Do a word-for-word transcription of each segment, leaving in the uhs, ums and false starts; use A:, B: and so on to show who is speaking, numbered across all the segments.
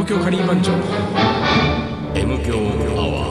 A: 東京カリー番長
B: M 強アワ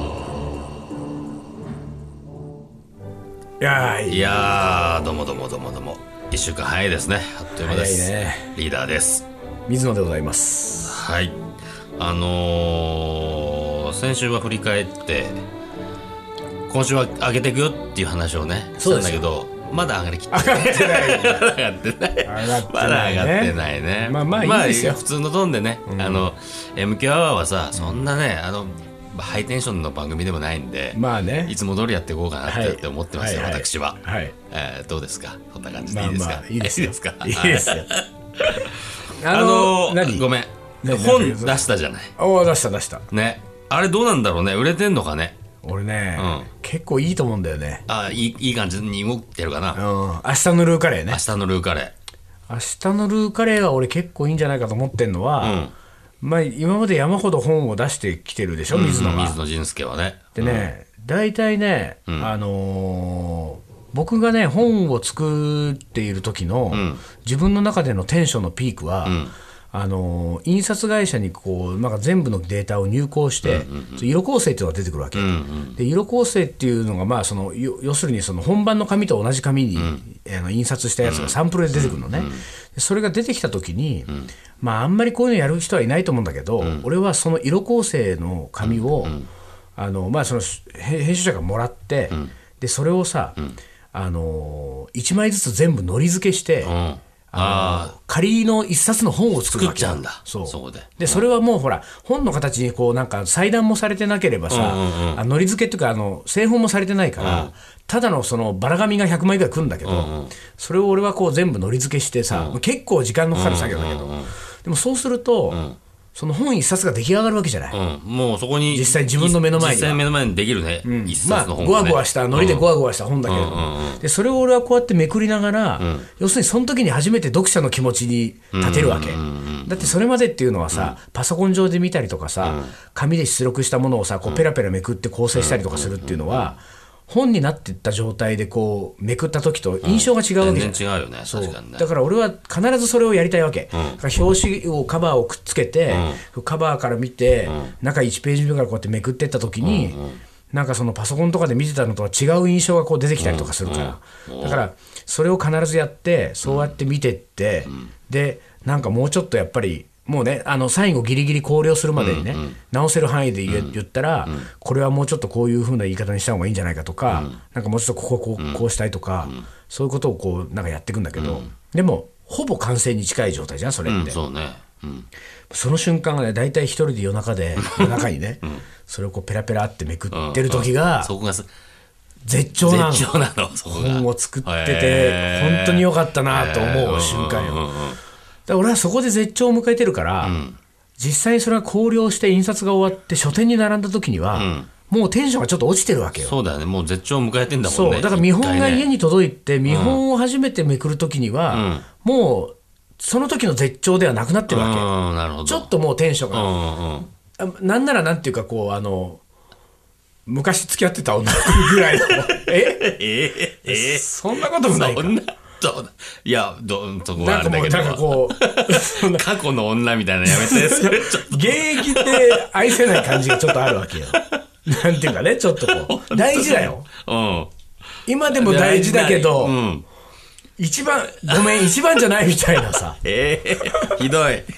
A: ー。いやー
B: ー。いやーどうもどうもどうもどうも、いっしゅうかん早いですね。あっという間です。
A: 早いね。
B: リーダーです。
A: 水野でございます。
B: はい。あのー、先週は振り返って今週は上げていくよっていう話をねしたんだけど、まだ上がりきってない。
A: 上がってない
B: 上がってない。
A: 上がってないね。
B: まだ上がってないね。
A: まあまあいいですよ。
B: まあ、普通のトーンでね、うん、あの エム 強アワーはさ、そんなね、あのハイテンションの番組でもないんで、まあね、いつも通りやっていこうかなって、はい、って思ってますよ、はいはい、私は、はい、えー、どうですか、こんな感じでいいですか。まあまあいいですよ。いいですか。いいですよ。あのー、何ごめん、本出したじゃない。
A: お出した出した
B: ね。あれどうなんだろうね、売れてんのかね。
A: 俺ね、うん、結構いいと思うんだよね。
B: あ、いい、いい感じに動いてるかな。うん、
A: 明日のルーカレーね。
B: 明日のルーカレ
A: ー。明日のルーカレーは俺結構いいんじゃないかと思ってんのは、うん、まあ今まで山ほど本を出してきてるでしょ、水野が。
B: うん、水野仁介はね。
A: でね、大体ね、うん、あのー、僕がね本を作っている時の、うん、自分の中でのテンションのピークは、うん、あの印刷会社にこうなんか全部のデータを入稿して、うんうんうん、色構成っていうのが出てくるわけ、うんうん、で色構成っていうのが、まあ、その要するにその本番の紙と同じ紙に、うん、あの印刷したやつがサンプルで出てくるのね、うんうんうん、それが出てきた時に、うん、まあ、あんまりこういうのやる人はいないと思うんだけど、うん、俺はその色構成の紙を、うんうん、あのまあ、その編集者がもらって、うん、でそれをさ、うん、あのいちまいずつ全部のり付けして、うん、ああ仮の一冊の本を作るわけ。
B: 作っちゃうんだ。
A: そう。
B: そうで。
A: で、それはもうほら、本の形にこうなんか裁断もされてなければさ、うんうんうん、あのり付けっていうかあの製本もされてないから、うん、ただのそのバラ紙がひゃくまいぐらいくるんだけど、うんうん、それを俺はこう全部のり付けしてさ、うん、結構時間のかかる作業だけど、うんうんうん、でもそうすると、うん、その本一冊が出来上がるわけじゃない、
B: うん、もうそこに
A: 実際自分の目の前に
B: 実際目の前にできるね、うん、一冊の本がね、
A: まあ、ゴワゴワしたのりでゴワゴワした本だけれども、うんうんうん、でそれを俺はこうやってめくりながら、うん、要するにその時に初めて読者の気持ちに立てるわけ、うんうんうんうん、だってそれまでっていうのはさ、うん、パソコン上で見たりとかさ、うん、紙で出力したものをさこうペラペラめくって構成したりとかするっていうのは、うんうんうん、本になっていった状態でこうめくった時と印象が違うわけじゃない、うん、
B: 全然違うよね。確かにね。
A: だから俺は必ずそれをやりたいわけ、うん、だから表紙をカバーをくっつけて、うん、カバーから見て、うん、中いちページ目からこうやってめくっていった時に、うんうん、なんかそのパソコンとかで見てたのとは違う印象がこう出てきたりとかするから、うんうん、だからそれを必ずやってそうやって見てって、うん、でなんかもうちょっとやっぱりもうね、あの最後ギリギリ考慮するまでにね、うんうん、直せる範囲で 言, 言ったら、うんうん、これはもうちょっとこういう風な言い方にした方がいいんじゃないかとか、うん、なんかもうちょっとこここう、うん、こうしたいとか、うん、そういうことをこうなんかやっていくんだけど、うん、でもほぼ完成に近い状態じゃんそれって、うん、
B: そうね、うん、
A: その瞬間がね、だいたい一人で夜中で夜中にね、うん、それをこうペラペラってめくってる時が、うんうん、
B: そこが
A: 絶頂なの。
B: 絶頂なの。そこが
A: 本を作ってて本当に良かったなと思う瞬間よ。だから俺はそこで絶頂を迎えてるから、うん、実際にそれが考慮して印刷が終わって書店に並んだ時には、うん、もうテンションがちょっと落ちてるわけよ。
B: そうだよね、もう絶頂を迎えてんだもんね。
A: そうだから見本が家に届いて、ね、見本を初めてめくる時には、うん、もうその時の絶頂ではなくなってるわけ、
B: うん、なるほど。
A: ちょっともうテンションが、うんうん、なんならなんていうかこうあの昔付き合ってた女の子ぐらいのえ
B: えええ
A: そんなこともないか。
B: そんないや、どそこはあれだけど、
A: なんかこう
B: 過去の女みたいなのやめてそれちょっと
A: 現役で愛せない感じがちょっとあるわけよ。なんていうかね、ちょっとこう大事だよ、うん、今でも大事だけど、うん、一番ごめん一番じゃないみたいなさ
B: えー、ひどい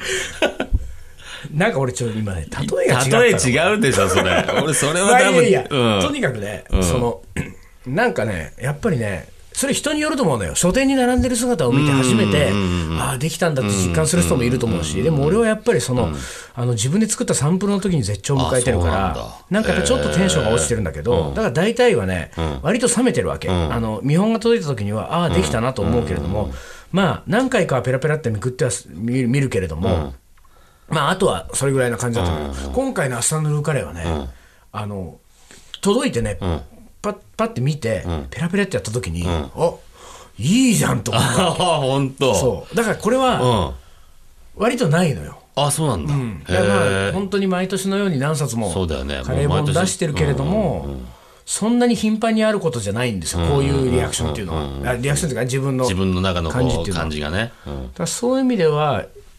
A: なんか俺ちょっと今ね例えが違った
B: 例え違うでしょそれ俺それは多分、まあ、いやいや、うん、と
A: にかくね、うん、そのなんかねやっぱりねそれ人によると思うのよ。書店に並んでる姿を見て初めてああできたんだって実感する人もいると思うし、でも俺はやっぱりその、うん、あの自分で作ったサンプルの時に絶頂を迎えてるから、なんかやっぱちょっとテンションが落ちてるんだけど、だから大体はね、うん、割と冷めてるわけ、うん、あの見本が届いた時にはああできたなと思うけれども、うん、まあ何回かはペラペラってめくっては見る、見るけれども、うん、まああとはそれぐらいな感じだったけど、うん、今回の明日のルーカレーはね、うん、あの届いてね、うんパッ、パッて見て、うん、ペラペラってやった時に、うん、あいいじゃんと思った。
B: 本当。
A: そうだからこれは割とないのよ。
B: あそうなんだ、うん、
A: だから本当に毎年のように何冊もカレー本出してるけれども、うんうんうん、そんなに頻繁にあることじゃないんですよ、こういうリアクションっていうのは、うんうんうん、リアクションというか自分の
B: 自分の中の感じっていうのは感じがね、
A: うん、だからそういう意味では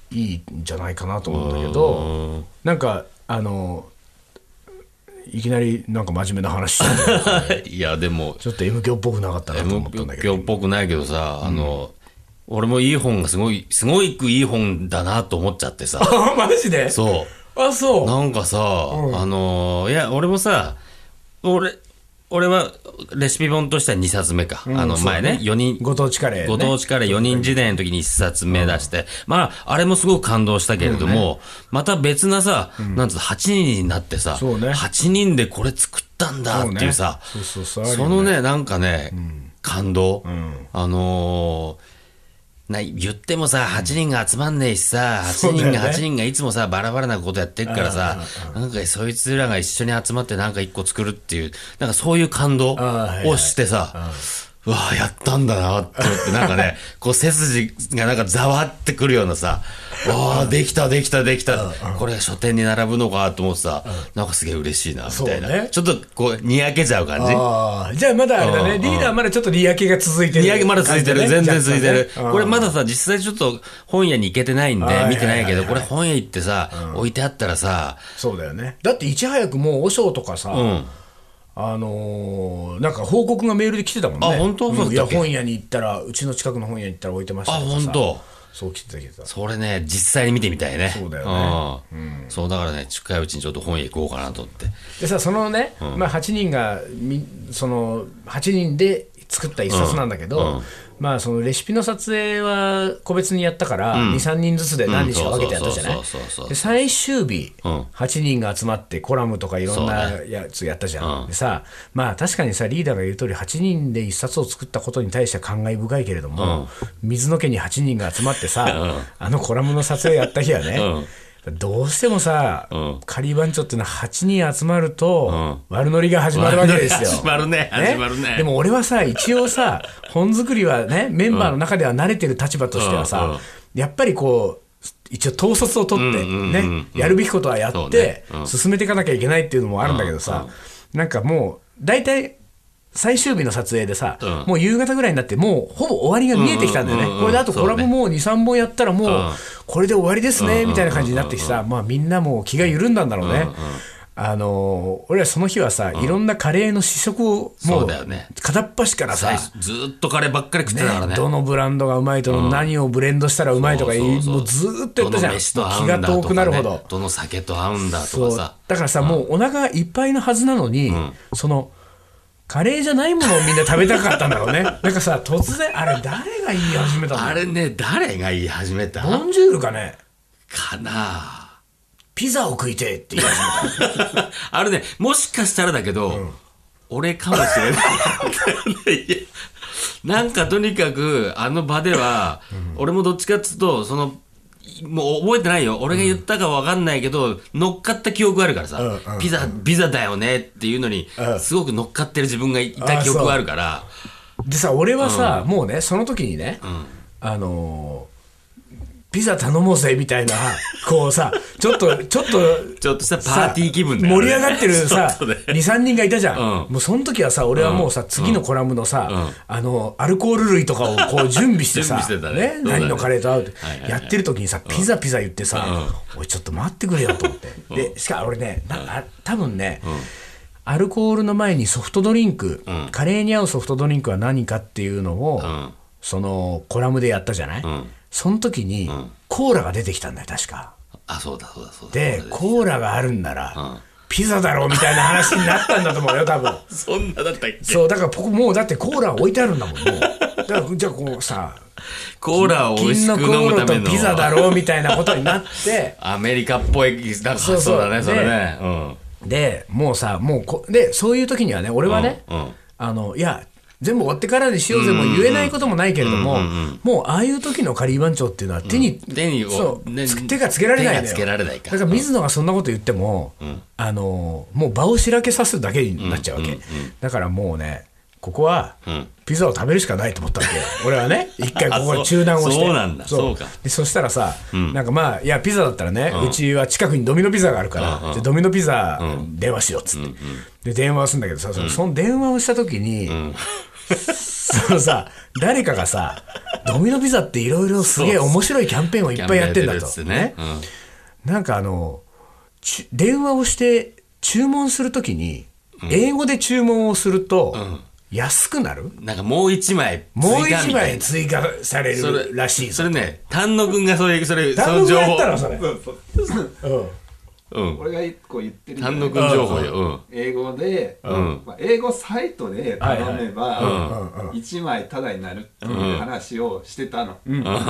A: いいんじゃないかなと思うんだけど、なんかあのいきなりなんか真面目な話してる、ね、
B: いやでも
A: ちょっと エム 響っぽくなかったなと思ったんだけど。
B: エム 響っぽくないけどさ、あの、うん、俺もいい本がすごいすごいいい本だなと思っちゃってさ。
A: マジで？
B: そう
A: あ、そう
B: なんかさ、うん、あのいや俺もさ俺俺はレシピ本としてはにさつめか、うん、あの前ね、よにん
A: ご当地カレー、ね、
B: ご当地カレーよにん時代の時にいっさつめ出して、うん、まああれもすごく感動したけれども、うんね、また別なさ、うん、なんつうはちにんになってさ、ね、はちにんでこれ作ったんだっていうさ、そうね、そうそうそう、そのねなんかね、うん、感動、うん、あのーな言ってもさはちにんが集まんねえしさ、はちにんがはちにんがいつもさバラバラなことやってるからさ、なんかそいつらが一緒に集まってなんか一個作るっていうなんかそういう感動をしてさ、うわやったんだなって思ってなんかねこう背筋がなんかざわってくるようなさ、わあできたできたできた、これが書店に並ぶのかと思ってさ、なんかすげえ嬉しいなみたいな、ね、ちょっとこうにやけちゃう感じ。
A: あじゃあまだあれだね、リーダーまだちょっとにやけが続いてる、
B: にやけまだ続いてる、全然続いてる、これまださ実際ちょっと本屋に行けてないんで見てないけど、これ本屋行ってさ、うん、置いてあったらさ、
A: そうだよね。だっていち早くもう和尚とかさ、うんあのー、なんか報告がメールで来てたもんね。
B: あ、本当？
A: うん、いや本屋に行ったらうちの近くの本屋に行ったら置いてましたとかさ。
B: あ、本当？
A: そう来てた来てた。
B: それね実際に見てみたいね。
A: そうだよね、
B: うんうん、そうだからね近いうちにちょっと本屋行こうかなと思って。
A: でさそのね、うん、まあはちにんがみそのはちにんで作った一冊なんだけど、うんうん、まあそのレシピの撮影は個別にやったから、うん、にさんにんずつで何日か分けてやったじゃない。で最終日、うん、はちにんが集まってコラムとかいろんなやつやったじゃん、うん、でさまあ確かにさリーダーが言う通りはちにんで一冊を作ったことに対しては感慨深いけれども、うん、水野家にはちにんが集まってさ、うん、あのコラムの撮影やった日はね、うんどうしてもさ、うん、仮番長っていうのははちにん集まると、うん、悪ノリが始まるわけですよ。
B: 始まるね、始まるね。
A: でも俺はさ、一応さ、本作りはね、メンバーの中では慣れてる立場としてはさ、うん、やっぱりこう、一応統率を取ってね、うんうんうんうん、やるべきことはやって、ねうん、進めていかなきゃいけないっていうのもあるんだけどさ、うんうん、なんかもう、大体、最終日の撮影でさ、うん、もう夕方ぐらいになってもうほぼ終わりが見えてきたんだよね、うんうんうん、これであとコラボもう にさんぼんやったらもうこれで終わりですね、うん、みたいな感じになってきてさ、まあ、みんなもう気が緩んだんだろうね、うんうん、あのー、俺はその日はさ、うん、いろんなカレーの試食をもう片っ端からさ、
B: ずっとカレーばっかり食ってたからね、
A: どのブランドがうまいとか、うん、何をブレンドしたらうまいとか、もうずっとやったじゃん、気が遠くなるほど、
B: どの酒と合うんだとかさ、
A: だからさ、うん、もうお腹がいっぱいのはずなのに、うん、そのカレーじゃないものをみんな食べたかったんだろうね。なんかさ突然あれ誰が言い始めたの？
B: あれね誰が言い始めた？
A: ボンジュールかね
B: かな。
A: ピザを食いてって言い始めた。
B: あれねもしかしたらだけど、うん、俺かもしれない。なんかとにかくあの場では、うん、俺もどっちかっつうとそのもう覚えてないよ俺が言ったか分かんないけど、うん、乗っかった記憶があるからさ、うんうん、ピザピザだよねっていうのに、うん、すごく乗っかってる自分がいた記憶があるから。
A: でさ俺はさ、うん、もうねその時にね、うん、あのーピザ頼もうぜみたいなこうさちょっとちょっと
B: ちょっとしたパーティー気分だよね、
A: 盛り上がってるさにさんにんがいたじゃん、うん、もうその時はさ俺はもうさ、うん、次のコラムのさ、うん、あのアルコール類とかをこう準備してさ
B: ね
A: ね、何のカレーと合うって、はいはいはい、やってる時にさピザピザ言ってさ、うん、おいちょっと待ってくれよと思って、うん、でしかも俺ねな多分ね、うん、アルコールの前にソフトドリンク、うん、カレーに合うソフトドリンクは何かっていうのを、うん、そのコラムでやったじゃない、うん、その時に、うん、コーラが出てきたんだよ確か。
B: あそうだそうだそうだ。
A: でコーラがあるんなら、うん、ピザだろうみたいな話になったんだと思うよ多分。
B: そんなだったっけ。
A: そうだからここもうだってコーラ置いてあるんだもんもう。だからじゃあこうさ
B: コーラを美味しく飲むための
A: 金のコーラとピザだろうみたいなことになって
B: アメリカっぽいだからそうそうだねそれね。
A: うん、でもうさもうこでそういう時にはね俺はね、うんうん、あのいや全部終わってからにしようぜも言えないこともないけれども、うんうんうん、もうああいう時の仮番長っていうのは手に、うん、手にそう、ね、手がつけられないんだよ。
B: 手がつけられないか。
A: だから水野がそんなこと言っても、うん、あのもう場をしらけさすだけになっちゃうわけ、うんうんうん、だからもうねここはピザを食べるしかないと思ったわけ俺はね一回ここ中断をして
B: そうなんだそうそうか。
A: でそしたらさ、うん、なんかまあいやピザだったらね、うん、うちは近くにドミノピザがあるから、うん、じゃドミノピザ電話しようっつって、うんうん、で電話をするんだけどさ、うん、その電話をした時に、うんそのさ誰かがさドミノピザっていろいろすげえ面白いキャンペーンをいっぱいやってんだとね、うん、なんかあの電話をして注文するときに英語で注文をすると、うん、安くなる？
B: なんかもう一枚追加みたいな。もう一枚
A: 追加されるらしい。
B: それね、丹野くんがそれ、それ、
A: その情報。丹野くんやったのそれ。そうそう。
C: うん。うん、俺が一個言ってる
B: 丹野くん情報よ、うん、
C: 英語で、うんまあ、英語サイトで頼めばいちまいタダになるっていう話をしてたの、うんうん、でも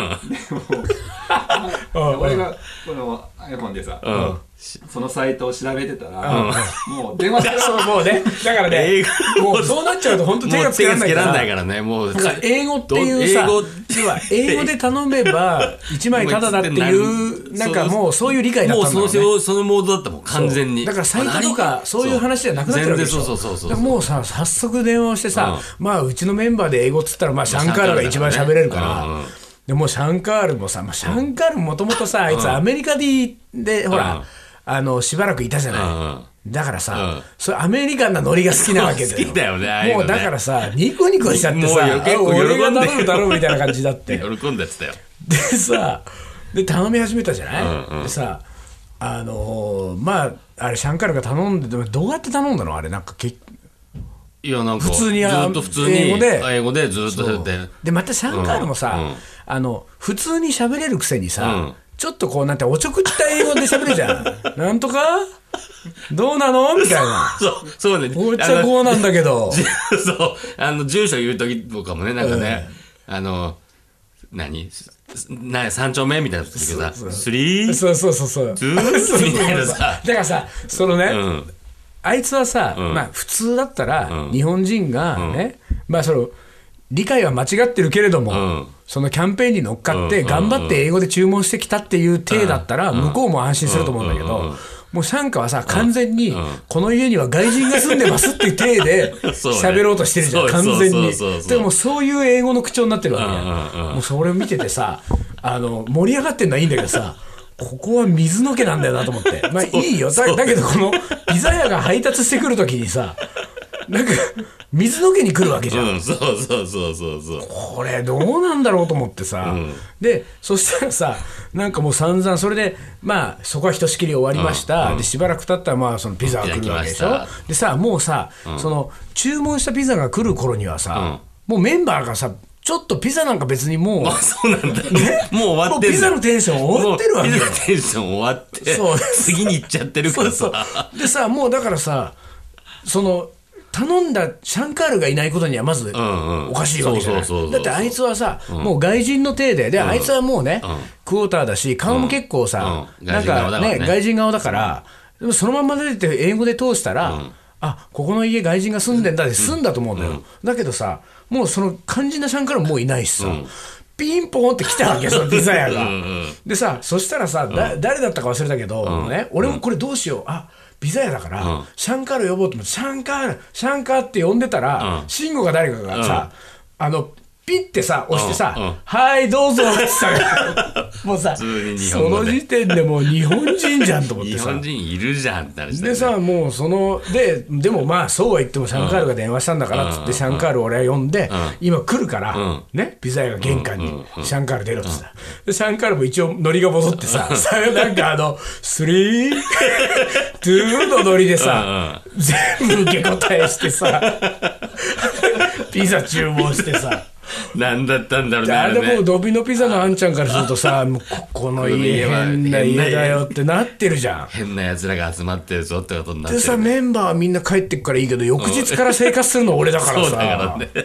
C: 俺がこの iPhone でさ、うんそのサイトを調べてたら、うん、もう電話して
A: そうもうねだからねもうそうなっちゃうと本当手がつけられないから
B: ないからねもう
A: 英語っていうさ英語で頼めばいちまいタダだっていうなんかもうそういう理解だったんだろうね。
B: もうそのモードだったもん完全に。
A: だからサイトとかそういう話じゃなくなってるわけでしょ。そうそうそうそうもうさ早速電話をしてさ、うん、まあうちのメンバーで英語っつったらまあシャンカールが一番喋れるから、うんうん、でもシャンカールもさ、まあ、シャンカールもともとさあいつアメリカででほら、うんあのしばらくいたじゃない、うん、だからさ、うん、それアメリカンなノリが好きなわけだよ。
B: 好きだよね、ああいうのね。
A: もうだからさニコニコしちゃってさ結構俺が頼むだろうみたいな感じだって
B: 喜んでたよ。
A: でさで頼み始めたじゃない、うんうん、でさあのー、まああれシャンカールが頼んででもどうやって頼んだのあれなんかけい
B: やなんか
A: 普通にず
B: っと普通に
A: 英語で
B: 英語でずっとやって
A: でまたシャンカールもさ、うんうん、あの普通に喋れるくせにさ、うんちょっとこうなんておちょくった英語で喋るじゃんなんとかどうなのみたいな
B: そうそうね
A: お茶こうなんだけど
B: そうあの住所言う時とかもねなんかね、うん、あの何な三丁目みたいな時さスリー
A: そうそうそうそう
B: ツーみたいなさ
A: だからさそのね、うん、あいつはさ、うん、まあ普通だったら、うん、日本人がね、うん、まあその理解は間違ってるけれども、うん、そのキャンペーンに乗っかって頑張って英語で注文してきたっていう体だったら向こうも安心すると思うんだけど、もうシャンカはさ完全にこの家には外人が住んでますっていう体で喋ろうとしてるじゃん完全に。でもそういう英語の口調になってるわけや。もうそれを見ててさあの盛り上がってんのはいいんだけどさここは水の毛なんだよなと思ってまあいいよ だ, だけどこのピザ屋が配達してくるときにさなんか水の毛に来るわけじゃん、
B: うん、そうそうそうそうそう
A: これどうなんだろうと思ってさ、うん、でそしたらさなんかもう散々それでまあそこはひとしきり終わりました、うん、でしばらく経ったらまあそのピザが来るわけでしょ。でさもうさ、うん、その注文したピザが来る頃にはさ、うん、もうメンバーがさちょっとピザなんか別にもう、
B: あ、そうなんだ、ね、もう終わってる。
A: ピザのテンション終わってるわけよ。
B: ピザのテンション終わってそう次に行っちゃってるからさそう
A: そうでさもうだからさその頼んだシャンカールがいないことにはまずおかしいわけじゃない。だってあいつはさ、うん、もう外人の体でで、うん、あいつはもうね、うん、クォーターだし顔も結構さ、うん、なんかね外人顔だから、でもそのまんま出て英語で通したら、うん、あここの家外人が住んでんだって済んだと思うんだよ、うん、だけどさもうその肝心なシャンカールももういないしさ、うんピンポンって来たわけそのピザ屋がうん、でさそしたらさ、だ誰だったか忘れたけど、うんね、俺もこれどうしようあピザ屋だから、うん、シャンカール呼ぼうと思ってシャンカールシャンカーって呼んでたら、うん、慎吾が誰かがさ、うん、あのピッてさ押してさ、うんうん、はいどうぞってさもうさその時点でもう日本人じゃんと思ってさ
B: 日本人いるじゃんって話だよね。
A: でさもうそのででもまあそうは言ってもシャンカールが電話したんだからっつって、うん、シャンカールを俺は呼んで、うん、今来るから、うん、ねピザ屋が玄関に、うん、シャンカール出ろっつって、うん、でシャンカールも一応ノリが戻ってさ、うん、さなんかあのスリートゥーのノリでさ、うん、全部受け答えしてさピザ注文してさ
B: 何だったんだろうね。
A: あれもうドミノピザのあんちゃんからするとさもうここの家変な家だよってなってるじゃん。
B: 変な奴らが集まってるぞってことになってる、ね、
A: でさメンバーはみんな帰ってくからいいけど翌日から生活するの俺だからさそうだからね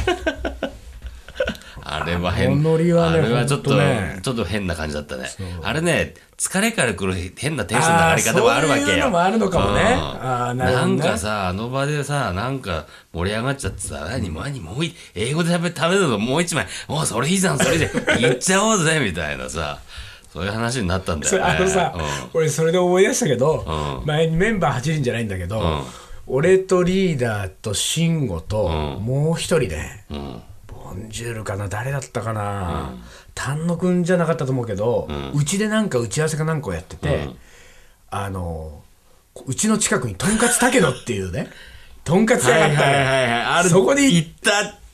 B: あれは変
A: ノリはね、
B: あれはちょっと、ね、ちょっと変な感じだったね。あれね疲れから来る変なテンションの上がり方もあるわけよ。そういうの
A: もあるのかもね。
B: あなるほどね。なんかさあの場でさなんか盛り上がっちゃってさ何何もうい英語で食べ食べるのもう一枚もうそれいいじゃんそれでいっちゃおうぜみたいなさそういう話になったんだよね。
A: あのさ、うん、俺それで思い出したけど、うん、前にメンバーはちにんじゃないんだけど、うん、俺とリーダーと慎吾と、うん、もう一人で、うんボンジュールかな誰だったかな、うん、丹野くんじゃなかったと思うけどうち、ん、でなんか打ち合わせかなんかをやってて、うん、あのうちの近くにとんかつたけのっていうねとんかつ屋があった、はいはいはいはい、
B: あるそこで行った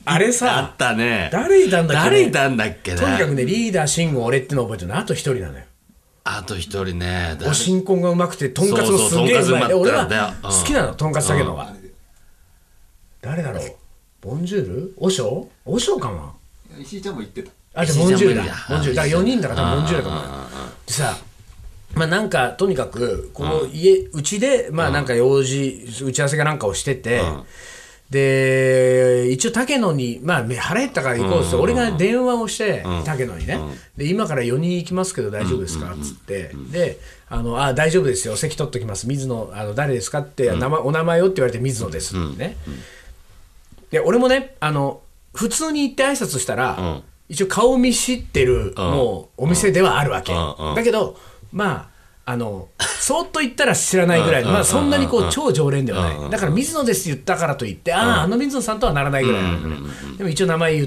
A: あれさ
B: あったね。
A: 誰いたんだっけ、ね、
B: 誰いたんだっけね。
A: とにかくねリーダー慎吾俺っての覚えてるのあと一人なのよ。
B: あと一人ね。
A: お新婚がうまくてとんかつもすげえうまいで俺は好きなのとんかつだけどは、うん、誰だろう。ボンジュールおしょうおしょうかな。
C: 石井ちゃんも言ってた。
A: あじゃあボンジュールだボンジュールだからよにんだから多分ボンジュールだと思うよ。でさまあなんかとにかくこの家うちでまあなんか用事打ち合わせかなんかをしてて、うん、で一応竹野にまあ腹減ったから行こうって、うん、俺が電話をして、うん、竹野にね、うん、で今からよにん行きますけど大丈夫ですかっつって、うん、であのあ大丈夫ですよ席取っときます水野あの誰ですかって、うん、名前お名前をって言われて水野ですってね、うんうん、で俺もねあの普通に行って挨拶したら、うん、一応顔見知ってるもうお店ではあるわけ、うんうん、だけどまああのそーっと言ったら知らないぐらいの、まあ、そんなにこう超常連ではない。だから水野ですって言ったからといってあああの水野さんとはならないぐらいなのね。でも一応名前言って、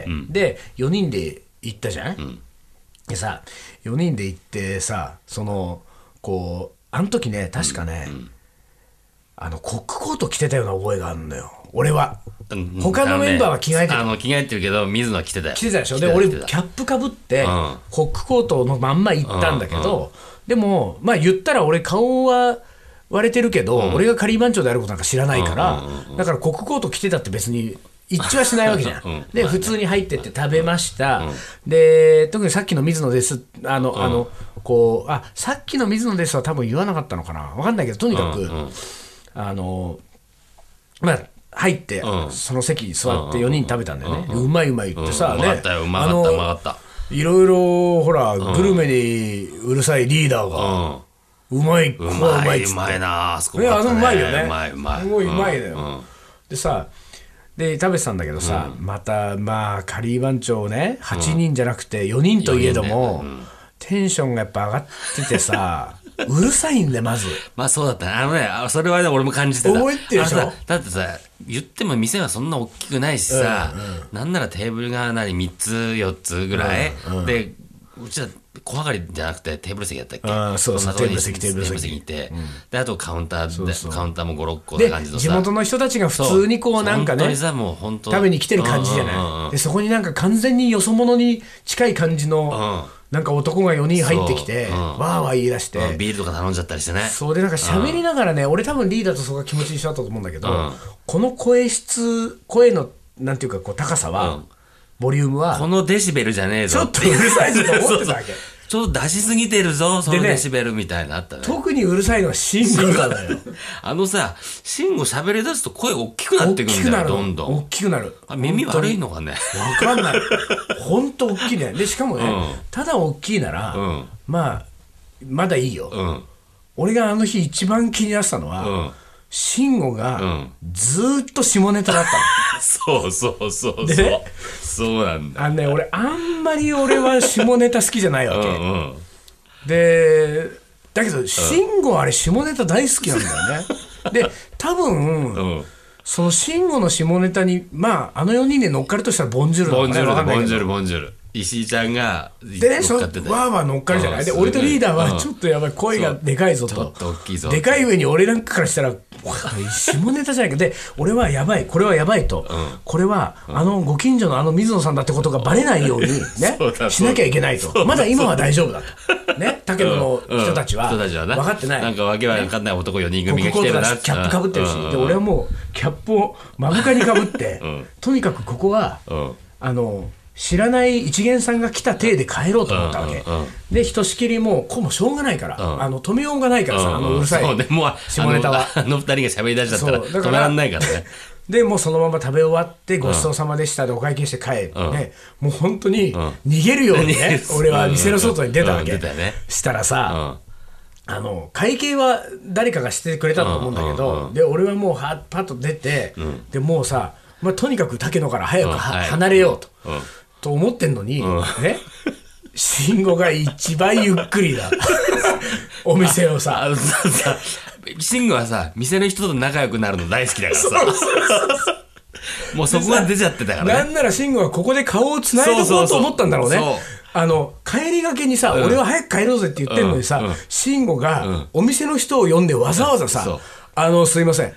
A: うん、でよにんで行ったじゃん、うん、でさよにんで行ってさそのこうあの時ね確かね、うん、あのコックコート着てたような覚えがあるのよ俺は。他のメンバーは着替えてた、
B: あの着替えてるけど水野は着てたよ。
A: 着てたでしょ。で俺キャップかぶって、うん、コックコートのまんま行ったんだけど、うんうんでもまあ言ったら俺顔は割れてるけど、うん、俺が仮番長であることなんか知らないから、うんうんうんうん、だからコックコート着てたって別に一致はしないわけじゃん、うん、で普通に入ってって食べました、うん、で特にさっきの水野ですあの、うん、あのこうあさっきの水野ですは多分言わなかったのかな分かんないけどとにかく、うんうん、あのまあ入って、うん、その席座ってよにん食べたんだよね、うんうん、うまいうまいってさ、
B: うん、ねうまかったようまかったうまかった
A: いろいろほら、うん、グルメにうるさいリーダーが、うん、うまいここはうまいっつって
B: うまいなあそこ
A: ねあのうまいよね
B: うまいうまい
A: すごいうまいのよ、うん、でさで食べてたんだけどさ、うん、またまあカリー番長ねはちにんじゃなくてよにんといえども、うんねうん、テンションがやっぱ上がっててさうるさいんでまず
B: まあそうだったねあのねそれはね俺も感じてた
A: 覚えてるでしょ。
B: だってさ言っても店はそんな大きくないしさ、うんうん、なんならテーブルが何みっつよっつぐらい、うんうん、でうちは小上がりじゃなくてテーブル席だったっけ。
A: あそうそうテーブル席テーブル席
B: にいて、うん、であとカウンターで
A: そうそう
B: カウンターもごろっこな感じのさ
A: 地元の人たちが普通にこうなんかね
B: 本当にさもう本当
A: 食べに来てる感じじゃない、うんうんうん、でそこになんか完全によそ者に近い感じの、うんなんか男がよにん入ってきて、うん、わーわー言い出して、
B: うん、ビールとか頼んじゃったりしてね
A: そうでなんか喋りながらね、うん、俺多分リーダーとそこが気持ち一緒だったと思うんだけど、うん、この声質声のなんていうかこう高さは、うん、ボリュームは
B: このデシベルじゃねえぞ
A: ちょっとうるさいぞと思ってたわけ
B: ちょっと出しすぎてるぞそのデシベルみたいなのあったね。
A: 特にうるさいのはシンゴなのよ
B: あのさシンゴ喋り出すと声大きくなってくるんだよどんどん
A: 大きくなる
B: あ耳悪いのかね
A: 分かんない本当大きいねでしかもね、うん、ただ大きいなら、うん、まあまだいいよ、うん、俺があの日一番気になってたのは、うん慎吾がずーっと下ネタだった
B: の、うん、そうそうそうそう
A: で、ね、
B: そうなんだ
A: あのね俺あんまり俺は下ネタ好きじゃないわけうん、うん、でだけど慎吾あれ下ネタ大好きなんだよねで多分、うん、その慎吾の下ネタにまああのよにんで乗っかるとしたらボンジュール
B: ボンジュールボンジュールボンジュール石井ちゃんが
A: でね、そわーわー乗っかるじゃない、うん、で俺とリーダーはちょっとやばい声がでかいぞと、
B: ちょっと大きいぞ
A: でかい上に俺なんかからしたら下ネタじゃないかで俺はやばいこれはやばいと、うん、これは、うん、あのご近所のあの水野さんだってことがバレないようにねしなきゃいけないとまだ今は大丈夫だとね竹野の人たちは分かってない
B: なんかわけわかんない男よにん組が来てるな
A: キャップかぶってるし、うん、で俺はもうキャップを目深にかぶって、うん、とにかくここは、うん、あの知らない一元さんが来た体で帰ろうと思ったわけ、うんうん、でひとしきりもうこうもしょうがないから、うん、あの止めようがないからさ、うん、あのうるさい
B: そう、ね、もう
A: 下ネタは
B: あの二人が喋り出しちゃったら止めらんないからね
A: でもうそのまま食べ終わってごちそうさまでしたでお会計して帰って、うんね、もう本当に逃げるようにね、うん、俺は店の外に出たわけ、うんうんね、したらさ、うん、あの会計は誰かがしてくれたと思うんだけど、うんうんうん、で俺はもうはパッと出て、うん、でもうさ、まあ、とにかく竹野から早く、うん、離れようと、うんうんと思ってんのに、うん、ね慎吾が一番ゆっくりだお店をさ
B: 慎吾はさ店の人と仲良くなるの大好きだからさそうそうそうもうそこが出ちゃってたからね
A: なんなら慎吾はここで顔をつないでおこうと思ったんだろうねあの帰りがけにさ、うん、俺は早く帰ろうぜって言ってんのにさ、うんうん、慎吾がお店の人を呼んでわざわざさ、うん、あのすいません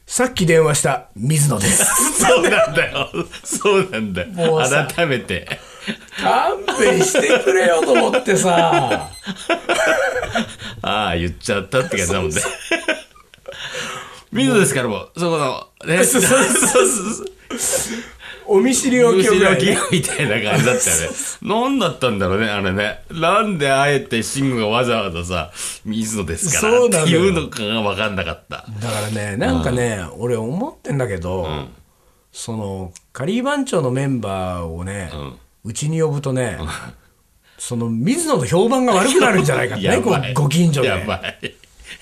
A: さっき電話した水野です
B: そうなんだよそうなんだよもう改めて
A: 勘弁してくれよと思ってさ
B: ああ言っちゃったって感じだもんね水野ですからもうそこのねそうそうそうそう
A: お見知りおきを、ね、
B: みたいな感じだったよね何だったんだろうねあれねなんであえて慎吾がわざわざさ水野ですからっていうのかが分かんなかった
A: だからねなんかね、うん、俺思ってんだけど、うん、そのカリー番長のメンバーをねうち、ん、に呼ぶとね、うん、その水野の評判が悪くなるんじゃないかってねご, ご近所で
B: やばい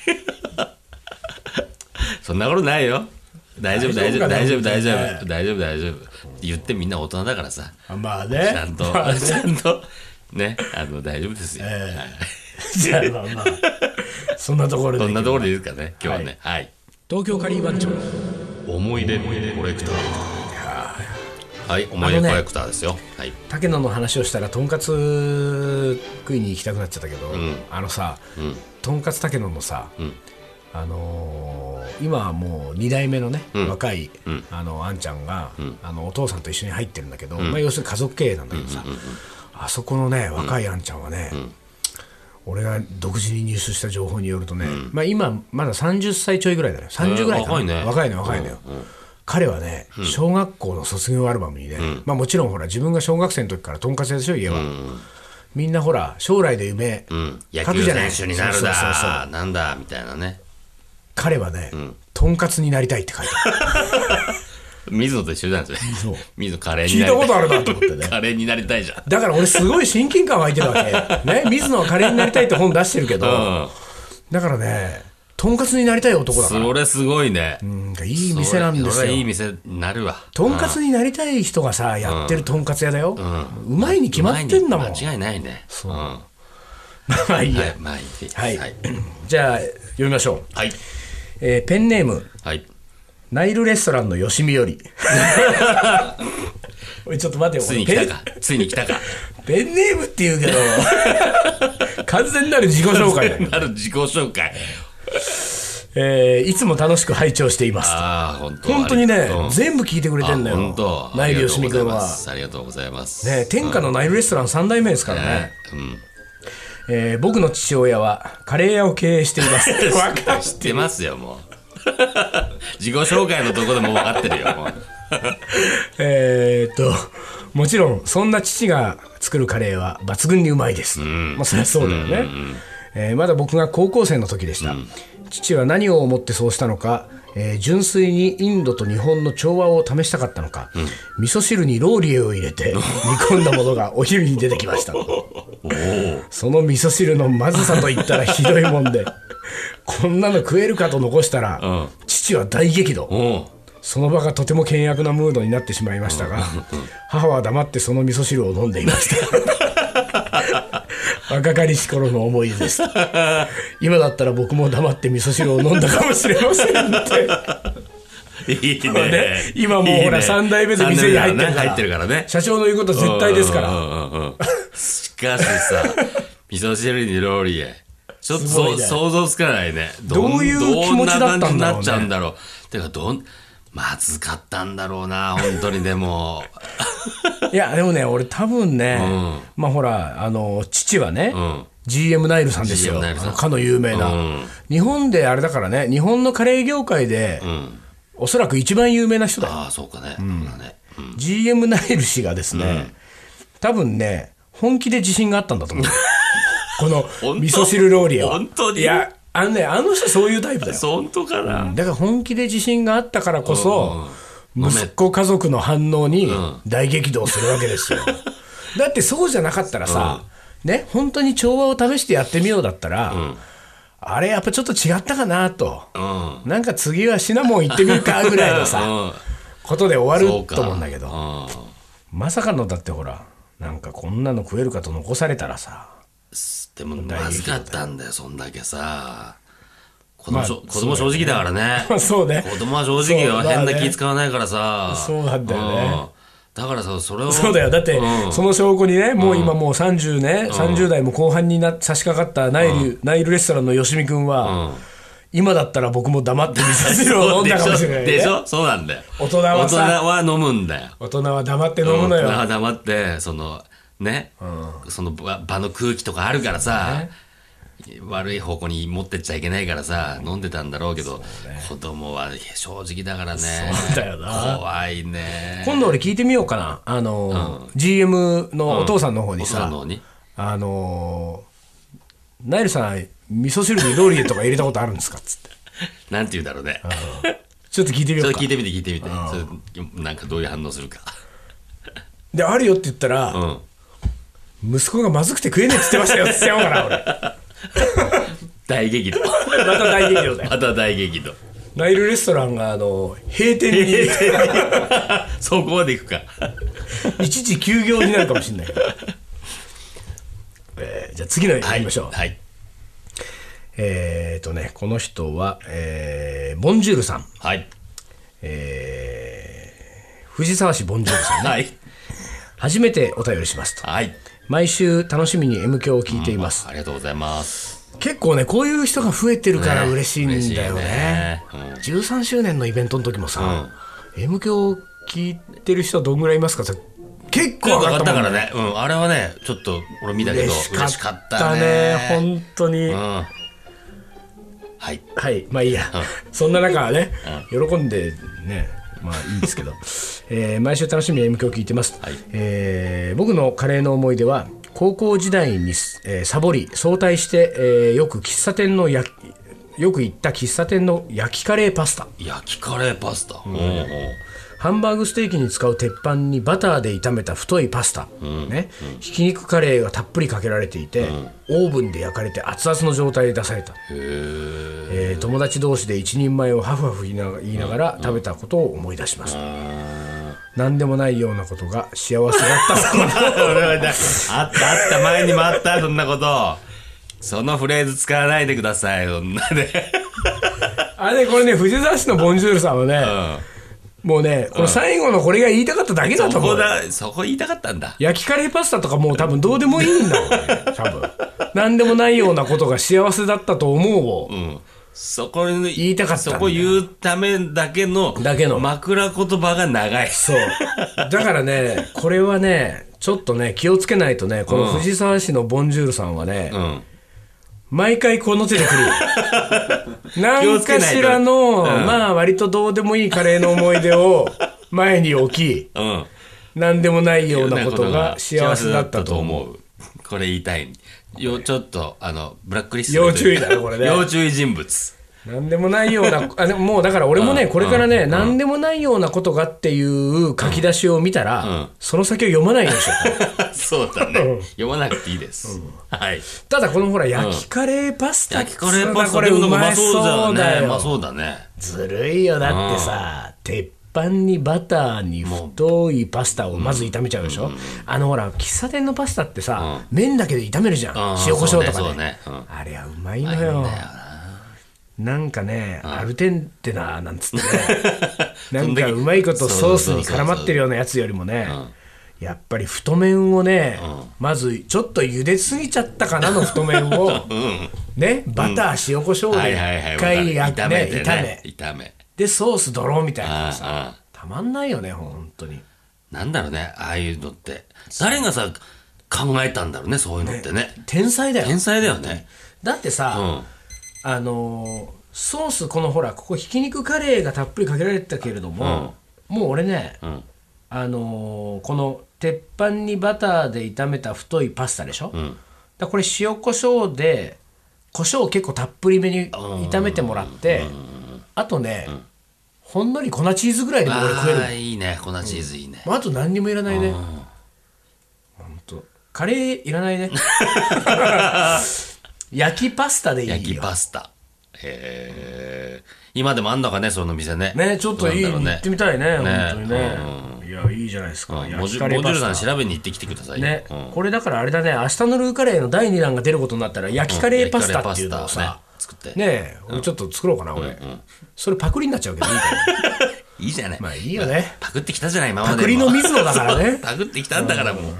B: そんなことないよ大丈夫大丈夫大丈夫大丈夫大丈夫大丈夫言ってみんな大人だからさ
A: まあね
B: ちゃんと、まあね、ちゃんとねあの大丈夫ですよ、え
A: ー、じゃあまあまあそんなところで
B: そんなところでいいですかね今日はね、はい、はい、
A: 東京カリー番長
B: 思い出コレクターはい思い出コレクターですよ、はい、
A: 竹野の話をしたらとんかつ食いに行きたくなっちゃったけど、うん、あのさ、うん、とんかつ竹野のさ、うんあのー、今はもうに代目のね、うん、若い、うん、あのあんちゃんが、うん、あのお父さんと一緒に入ってるんだけど、うんまあ、要するに家族経営なんだけどさ、うんうんうん、あそこのね若いあんちゃんはね、うん、俺が独自に入手した情報によるとね、うんまあ、今まださんじゅっさいちょいぐらいだよさんじゅうぐらいかな、えー、若いね若いね若いのよ、うんうん、彼はね小学校の卒業アルバムにね、うんまあ、もちろんほら自分が小学生の時からとんかつ屋でしょ家は、うんみんなほら将来で夢書くじゃない、
B: 野球選手になるだそうそうそうそうなんだみたいなね
A: 彼はね、うん、とんかつになりたいって書いてある
B: 水野と一緒なんですよ水野カレー
A: になりたい聞いたことあるなと思ってね
B: カレーになりたいじゃん
A: だから俺すごい親近感湧いてるわけ、ね、水野はカレーになりたいって本出してるけど、うん、だからねとんかつになりたい男だから
B: それすごいね
A: うんいい店なんですよ
B: それいい店になるわ
A: とんかつになりたい人がさやってるとんかつ屋だよ、うん、うまいに決まってんだもん
B: 間違いないね
A: そう、うん、まあいいや、はいまあいいはいはい、じゃあ読みましょうはいえー、ペンネーム、はい、ナイルレストランのよしみよりおいちょっと待てよ
B: ついに来たかついに来たか
A: ペンネームって言うけど完全なる自己紹介だよ
B: 完全なる自己紹介
A: えー、いつも楽しく拝聴しています
B: あ本当
A: 本当にね、うん、全部聞いてくれてんだよ
B: 本当
A: ナイルよしみ君は
B: ありがとうございます、
A: ね、天下のナイルレストランさん代目ですからね、うんうんえー、僕の父親はカレー屋を経営しています
B: 分かって知ってますよもう自己紹介のとこでも分かってるよもう
A: えっともちろんそんな父が作るカレーは抜群にうまいです、うんまあ、そりゃそうだよね、うんうんえー、まだ僕が高校生の時でした、うん、父は何を思ってそうしたのか、えー、純粋にインドと日本の調和を試したかったのか、うん、味噌汁にローリエを入れて煮込んだものがお昼に出てきましたその味噌汁のまずさといったらひどいもんでこんなの食えるかと残したら、うん、父は大激怒その場がとても険悪なムードになってしまいましたが、うん、母は黙ってその味噌汁を飲んでいました若かりし頃の思い出です今だったら僕も黙って味噌汁を飲んだかもしれませんっていい ね, ね今もうほらさん代目で店に入ってるから、
B: 入ってるからね
A: 社長の言うことは絶対ですから
B: しかしさ味噌汁にローリエちょっと、ね、想像つかないねど,
A: どういう気持ちだったんだろうねどんな感じになっちゃうんだろ
B: うてかどんまずかったんだろうな本当にでも
A: いやでもね俺多分ね、うん、まあほらあの父はね、うん、ジーエム ナイルさんですよあのかの有名な、うん、日本であれだからね日本のカレー業界で、うん、おそらく一番有名な人だよ
B: ああそうかね、うん
A: うん、ジーエム ナイル氏がですね、うん、多分ね本気で自信があったんだと思うこの味噌汁ローリエは
B: 本当に
A: いやあのね、あの人そういうタイプだよ
B: 本当かな、
A: うん、だから本気で自信があったからこそ、うん、息子家族の反応に大激怒するわけですよ、うん、だってそうじゃなかったらさ、うん、ね本当に調和を試してやってみようだったら、うん、あれやっぱちょっと違ったかなと、うん、なんか次はシナモン行ってみるかぐらいのさ、うん、ことで終わると思うんだけど、うん、まさかのだってほらなんかこんなの食えるかと残されたらさ
B: でもまずかったんだよそんだけさ子供、まあ、子供正直だからね
A: そうね
B: 子供は正直は変な気使わないからさ
A: そうなんだよね、うん、
B: だからさそれを
A: そうだよだって、うん、その証拠にねもう今もうさんじゅうね、うん、さんじゅう代も後半にな差し掛かったナイル、うん、ナイルレストランのよしみくんは、うん、 今だったら僕も黙って味噌汁を飲んだかもしれない、ね、
B: でしょ。そうなんだよ。
A: 大人はさ、
B: 大人は飲むんだよ。
A: 大人は黙って飲むのよ。
B: 大人は黙ってそのね、うん、その場の空気とかあるからさ、ね、悪い方向に持ってっちゃいけないからさ飲んでたんだろうけど、ね、子供は正直だからね。
A: そうだよな。
B: 怖いね。
A: 今度俺聞いてみようかな、あの、うん、ジーエム のお父さんの方にさ、うん、お父さんの方にあのナイルさん味噌汁にローリエとか入れたことあるんですかっつって
B: なんて言うんだろうね。
A: ちょっと聞いてみようか。
B: 聞いてみて聞いてみて、なんかどういう反応するか
A: で、あるよって言ったら、うん、息子がまずくて食えねえって言ってましたよって言っちゃおうかな俺
B: 大激怒
A: また大激怒だよ。
B: また大激怒。
A: ナイルレストランがあの閉店に
B: そこまで行くか
A: 一時休業になるかもしれないけど、えー、じゃあ次のやりましょう。
B: はい、はい、
A: えーとねこの人は、えー、ボンジュールさん、
B: はい、
A: えー、藤沢市ボンジュールさんね、
B: はい、
A: 初めてお便りしますと、
B: はい、
A: 毎週楽しみに M 響を聞いています、
B: うん、ありがとうございます。
A: 結構ねこういう人が増えてるから嬉しいんだよ ね, ね、うん、じゅうさんしゅうねんのイベントの時もさ、うん、M 響聞いてる人はどんぐらいいますか。結構上がったもんね。
B: からね、うん、あれはねちょっと俺見たけど嬉しかったね
A: 本当に、うん、
B: はい
A: はいまあいいや、うん、そんな中ね、うん、喜んでねまあいいですけど、えー、毎週楽しみに M 響聞いてます、はい、えー、僕のカレーの思い出は高校時代に、えー、サボり早退して、えー、よく喫茶店の焼きよく行った喫茶店の焼きカレーパスタ。
B: 焼きカレーパスタ、うん、
A: ハンバーグステーキに使う鉄板にバターで炒めた太いパスタ、うんねうん、ひき肉カレーがたっぷりかけられていて、うん、オーブンで焼かれて熱々の状態で出された。へ、えー、友達同士で一人前をハフハフ言いな言いながら食べたことを思い出します、うんうん、何でもないようなことが幸せだったそうだ
B: あったあった前にもあったそんなこと。そのフレーズ使わないでくださいそんなね
A: あれこれね藤沢市のボンジュールさんはね、うん、もうねこの最後のこれが言いたかっただけだと思う、うん、そこだ
B: そこ言いたかったんだ。
A: 焼きカレーパスタとかもう多分どうでもいいんだろうね多分何でもないようなことが幸せだったと思うを、うん、
B: そこに
A: 言いたかったんだ。
B: そこ言うためだけの
A: だけの
B: 枕言葉が長い。
A: そうだからねこれはねちょっとね気をつけないとねこの藤沢市のボンジュールさんはね、うん、毎回この手で来る何かしらの、うん、まあ割とどうでもいいカレーの思い出を前に置き、うん、何でもないようなことが幸せだったと思う。
B: これ言いたいよ。ちょっとあのブラックリスト
A: 要注意だよこれね。
B: 要注意人物。
A: 何でもないようなあでももうだから俺もね、うん、これからね、うん、何でもないようなことがっていう書き出しを見たら、うん、その先を読まないようにしよ
B: うそうだね読まなくていいです、うん、はい。
A: ただこのほら焼きカレーパスタ、
B: 焼きカレーパスタこれうまそうだよね。うまそうだね。
A: ずるいよだってさ、鉄板にバターに太いパスタをまず炒めちゃうでしょ、うん、あのほら喫茶店のパスタってさ、うん、麺だけで炒めるじゃん、うん、塩コショウとか ね, ね、うん、あれはうまいのよ。なんかね、うん、アルテンテナなんつってねなんかうまいことソースに絡まってるようなやつよりもね、やっぱり太麺をね、うん、まずちょっと茹ですぎちゃったかなの太麺を、うん、ねバター塩コショウで一回やって、ね、炒め
B: 炒め
A: でソースドローみたいなのさたまんないよね本当に。
B: なんだろうねああいうのって誰がさ考えたんだろうねそういうのって ね, ね
A: 天才だよ
B: 天才だよね。
A: だってさ、うんあのー、ソースこのほらここひき肉カレーがたっぷりかけられてたけれども、うん、もう俺ね、うん、あのー、この鉄板にバターで炒めた太いパスタでしょ、うん、だこれ塩コショウでコショウ結構たっぷりめに炒めてもらって、あとね、うん、ほんのり粉チーズぐらいでも俺食える。
B: あいいね粉チーズいいね、
A: うん、あと何にもいらないね。ほんとカレーいらないね焼きパスタでいいよ。
B: 焼きパスタ。へえ。今でもあんのかねその店ね。
A: ねちょっといい、ね、行ってみたいね本当にね、うん、いやいいじゃないですか、うん、
B: 焼きカレーパスタ。モジュールさん調べに行ってきてください
A: ね、
B: うん、
A: これだからあれだね明日のルーカレーのだいにだんが出ることになったら焼きカレーパスタっていうのをさ、うんね、作ってねえ、うん、俺ちょっと作ろうかな俺、うんうん、それパクリになっちゃうけどいいか
B: いいじゃない。
A: まあいいよね。
B: パクってきたじゃない今までも。
A: パクリの水野だからね
B: パクってきたんだからもう、うん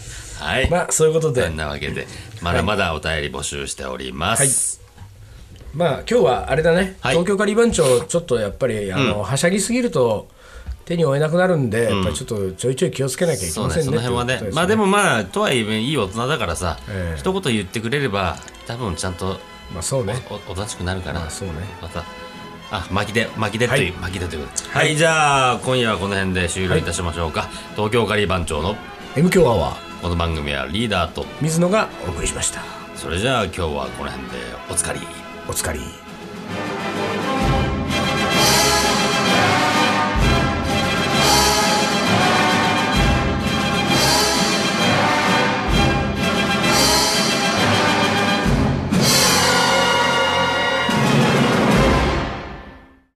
B: はい、
A: まあそういうことで
B: そんなわけでまだまだお便り募集しております、
A: まあ今日はあれだね、
B: はい、
A: 東京カリー番長ちょっとやっぱりあの、うん、はしゃぎすぎると手に負えなくなるんで、うん、やっぱりちょっとちょいちょい気をつけなきゃいけませんね。
B: そうね、その辺はね。まあでもまあとはいえいい大人だからさ、えー、一言言ってくれれば多分ちゃんと
A: まあそうね、
B: おおとなしくなるから、
A: まあそうね、
B: またあ巻きで巻きでという、はい、巻きでということで、はい、はい、じゃあ今夜はこの辺で終了いたしましょうか、はい、東京カリー番長の
A: エム 強アワー、
B: この番組はリーダーと
A: 水野がお送りしました。
B: それじゃあ今日はこの辺でおつかり
A: おつかり。